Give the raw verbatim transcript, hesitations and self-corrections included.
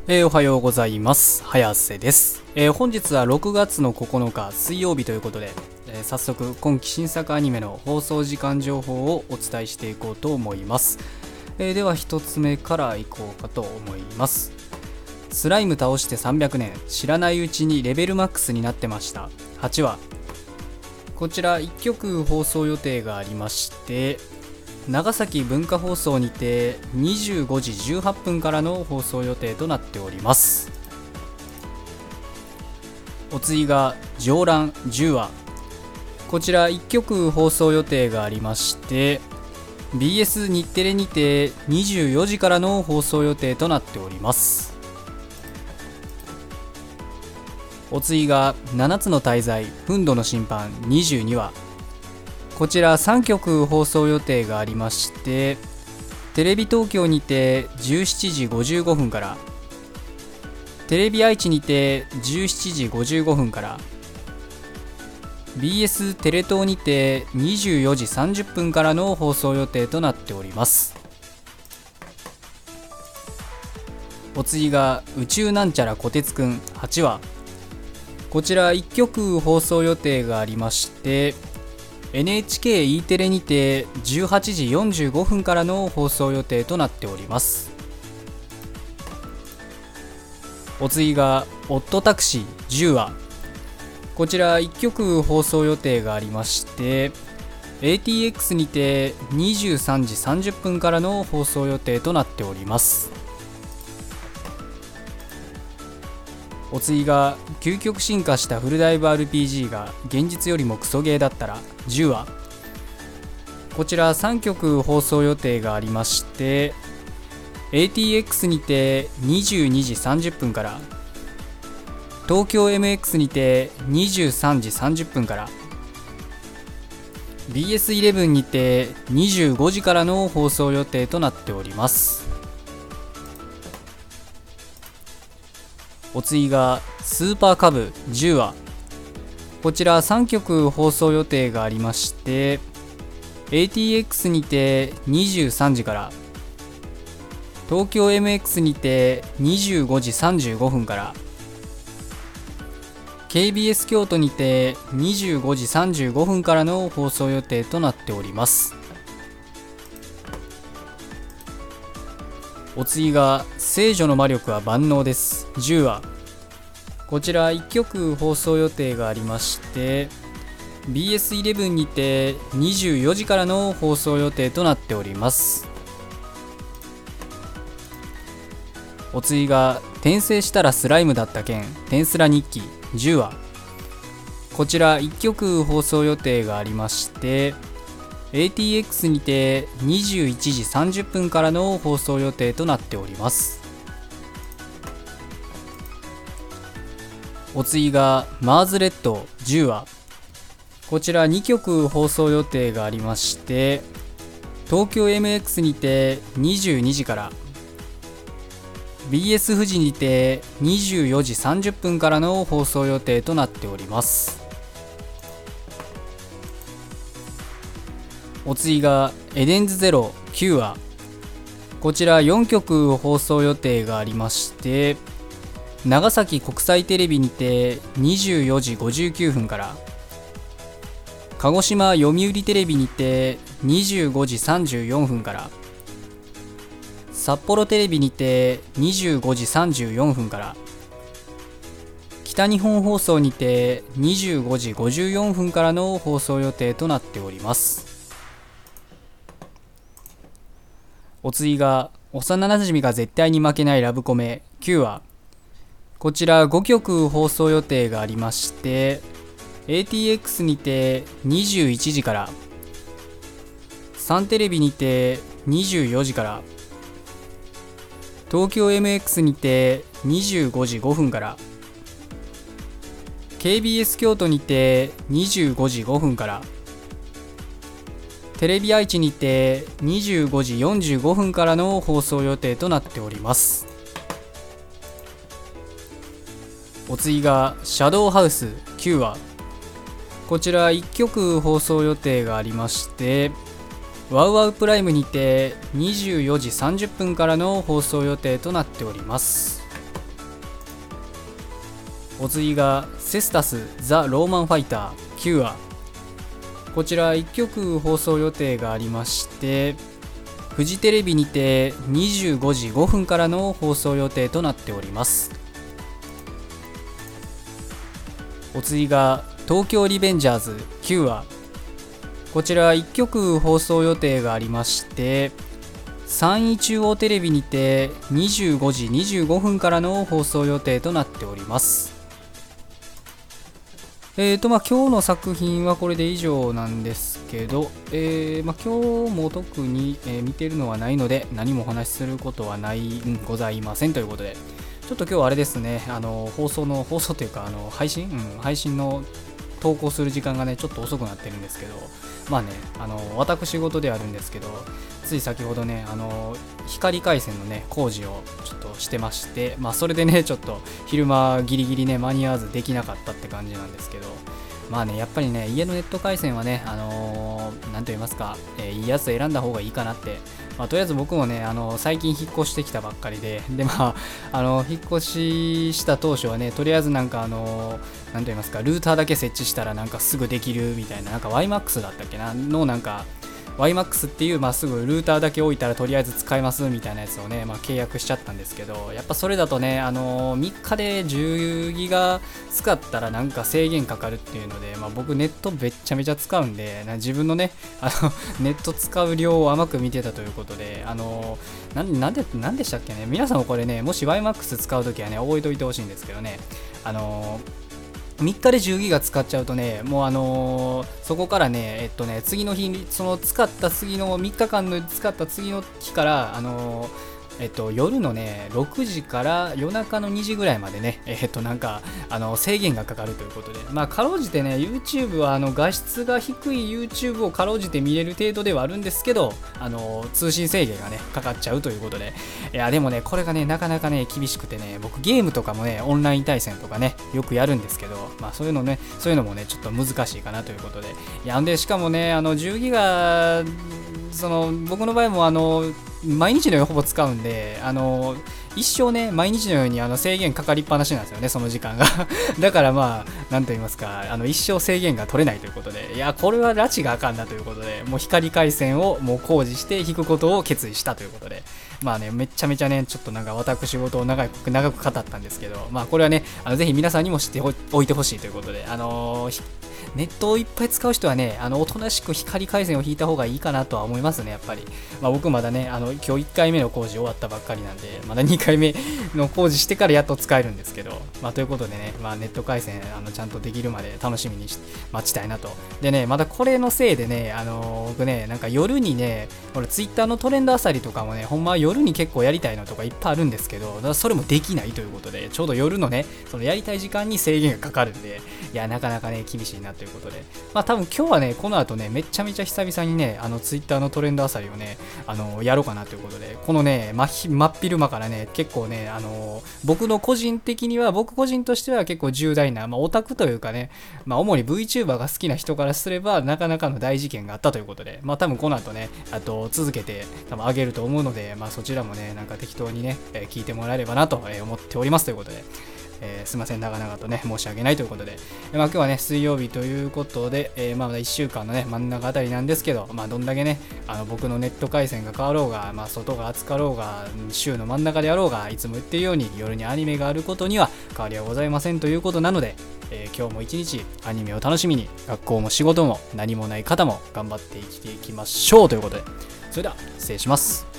えーおはようございます。早瀬です。えー本日はろくがつのここのか水曜日ということで、えー早速今期新作アニメの放送時間情報をお伝えしていこうと思います。えーではひとつめからいこうかと思います。スライム倒してさんびゃくねん、知らないうちにレベルマックスになってました。はちわ。こちらいっきょく放送予定がありまして、長崎文化放送にてにじゅうごじじゅうはっぷんからの放送予定となっております。お次が上覧じゅうわ。こちらいっきょく放送予定がありまして、 ビーエス 日テレにてにじゅうよじからの放送予定となっております。お次がななつの大罪憤怒の審判にじゅうにわ。こちらさんきょく放送予定がありまして、テレビ東京にてじゅうしちじごじゅうごふんから、テレビ愛知にてじゅうしちじごじゅうごふんから、 ビーエス テレ東にてにじゅうよじさんじゅっぷんからの放送予定となっております。お次が宇宙なんちゃらこてつくんはちわ。こちらいっきょく放送予定がありまして、エヌエイチケー E テレにてじゅうはちじよんじゅうごふんからの放送予定となっております。お次がオットタクシーじゅうわ。こちらいっきょく放送予定がありまして、 エーティーエックス にてにじゅうさんじさんじゅっぷんからの放送予定となっております。お次が究極進化したフルダイブ アールピージー が現実よりもクソゲーだったらじゅうわ。こちらさんきょく放送予定がありまして、 エーティーエックス にてにじゅうにじさんじゅっぷんから、東京 エムエックス にてにじゅうさんじさんじゅっぷんから、 ビーエスイレブン にてにじゅうごじからの放送予定となっております。お次がスーパーカブじゅうわ。こちらさんきょく放送予定がありまして、 エーティーエックス にてにじゅうさんじから、東京 エムエックス にてにじゅうごじさんじゅうごふんから、ケービーエス 京都にてにじゅうごじさんじゅうごふんからの放送予定となっております。お次が聖女の魔力は万能ですじゅうわ。こちらいっきょく放送予定がありまして、 ビーエスイレブン にてにじゅうよじからの放送予定となっております。お次が転生したらスライムだった件転スラ日記じゅうわ。こちらいっきょく放送予定がありまして、エーティーエックス にてにじゅういちじさんじゅっぷんからの放送予定となっております。お次がマーズレッドじゅうわ。こちらにきょく放送予定がありまして、東京 エムエックス にてにじゅうにじから、 ビーエス 富士にてにじゅうよじさんじゅっぷんからの放送予定となっております。お次がエデンズゼロきゅうわ。こちらよんきょく放送予定がありまして、長崎国際テレビにてにじゅうよじごじゅうきゅうふんから、鹿児島読売テレビにてにじゅうごじさんじゅうよんふんから、札幌テレビにてにじゅうごじさんじゅうよんふんから、北日本放送にてにじゅうごじごじゅうよんふんからの放送予定となっております。お次が幼なじみが絶対に負けないラブコメきゅうわ。こちらごきょく放送予定がありまして、 エーティーエックス にてにじゅういちじから、サンテレビにてにじゅうよじから、東京 エムエックス にてにじゅうごじごふんから、ケービーエス 京都にてにじゅうごじごふんから、テレビ愛知にてにじゅうごじよんじゅうごふんからの放送予定となっております。お次がシャドウハウスきゅうわ。こちらいっきょく放送予定がありまして、ワウワウプライムにてにじゅうよじさんじゅっぷんからの放送予定となっております。 お次がセスタス・ザ・ローマンファイターきゅうわ。こちらいっきょく放送予定がありまして、フジテレビにてにじゅうごじごふんからの放送予定となっております。お次が東京リベンジャーズきゅうわ。こちらいっきょく放送予定がありまして、さんい中央テレビにてにじゅうごじにじゅうごふんからの放送予定となっております。えーとまあ今日の作品はこれで以上なんですけど、えーまあ、今日も特に、えー見てるのはないので何もお話しすることはない、うん、ございませんということで、ちょっと今日はあれですね、あの放送の放送というかあの配信、うん、配信の投稿する時間がねちょっと遅くなってるんですけど、まあね、あの私事であるんですけど、つい先ほどねあの光回線のね工事をちょっとしてまして、まあそれでねちょっと昼間ギリギリね間に合わずできなかったって感じなんですけど、まあねやっぱりね家のネット回線はねあのー、なんと言いますか、えー、いいやつ選んだ方がいいかなって。まあ、とりあえず僕もね、あの最近引っ越してきたばっかりで、で、まあ、あの引っ越しした当初はね、とりあえずなんかあの、なんと言いますか、ルーターだけ設置したらなんかすぐできるみたいな、なんか ワイマックス だったっけな、のなんか、ワイマックス っていう、まあ、すぐルーターだけ置いたらとりあえず使えますみたいなやつをね、まあ、契約しちゃったんですけど、やっぱそれだとね、あのみっかでじゅうギガ使ったらなんか制限かかるっていうので、まあ、僕ネットめっちゃめちゃ使うんで、自分のね、あのネット使う量を甘く見てたということで、あのななんで、なんでしたっけね、皆さんもこれね、もし ワイマックス 使うときはね、覚えておいてほしいんですけどね、あのみっかでじゅうギガ使っちゃうとね、もうあのー、そこからね、えっとね、次の日に、その使った次のみっかかんの使った次の日から、あのー、えっと、夜のね、ろくじから夜中のにじぐらいまでね、えっと、なんか、あの、制限がかかるということで、まあ、かろうじてね、YouTube は、あの、画質が低い YouTube をかろうじて見れる程度ではあるんですけど、あの、通信制限がね、かかっちゃうということで、いや、でもね、これがね、なかなかね、厳しくてね、僕、ゲームとかもね、オンライン対戦とかね、よくやるんですけど、まあ、そういうのね、そういうのもね、ちょっと難しいかなということで、いや、んで、しかもね、あの、じゅうギガ、その、僕の場合も、あの、毎日のようにほぼ使うんで、あの一生ね毎日のようにあの制限かかりっぱなしなんですよね、その時間がだからまあなんと言いますか、あの一生制限が取れないということで、いやこれは拉致があかんなということで、もう光回線をもう工事して引くことを決意したということで、まあねめちゃめちゃねちょっとなんか私事を長く長く語ったんですけど、まあこれはねあのぜひ皆さんにも知っておいてほしいということで、あのーネットをいっぱい使う人はね、あのおとなしく光回線を引いた方がいいかなとは思いますね、やっぱり。まあ、僕まだね、あの今日いっかいめの工事終わったばっかりなんで、まだにかいめの工事してからやっと使えるんですけど、まあ、ということでね、まあ、ネット回線あのちゃんとできるまで楽しみにし待ちたいなと。でね、まだこれのせいでね、あのー、僕ね、なんか夜にね、俺ツイッターのトレンドあさりとかもね、ほんまは夜に結構やりたいのとかいっぱいあるんですけど、だからそれもできないということで、ちょうど夜のね、そのやりたい時間に制限がかかるんで、いや、なかなかね、厳しいなということで、まあ多分今日はね、この後ね、めっちゃめちゃ久々にね、あのツイッターのトレンドあさりをね、あのやろうかなということで、このね、真っ昼間からね、結構ね、あの僕の個人的には、僕個人としては結構重大な、まあオタクというかね、まあ主に VTuber が好きな人からすれば、なかなかの大事件があったということで、まあ多分この後ね、あと続けて多分上げると思うので、まあそちらもね、なんか適当にね、えー、聞いてもらえればなと思っておりますということで、えー、すいません長々とね申し訳ないということで、えーまあ、今日はね水曜日ということで、えー、まあまだいっしゅうかんのね真ん中あたりなんですけど、まあどんだけねあの僕のネット回線が変わろうが、まあ外が暑かろうが週の真ん中であろうが、いつも言ってるように夜にアニメがあることには変わりはございませんということなので、えー、今日も一日アニメを楽しみに学校も仕事も何もない方も頑張って生きていきましょうということで、それでは失礼します。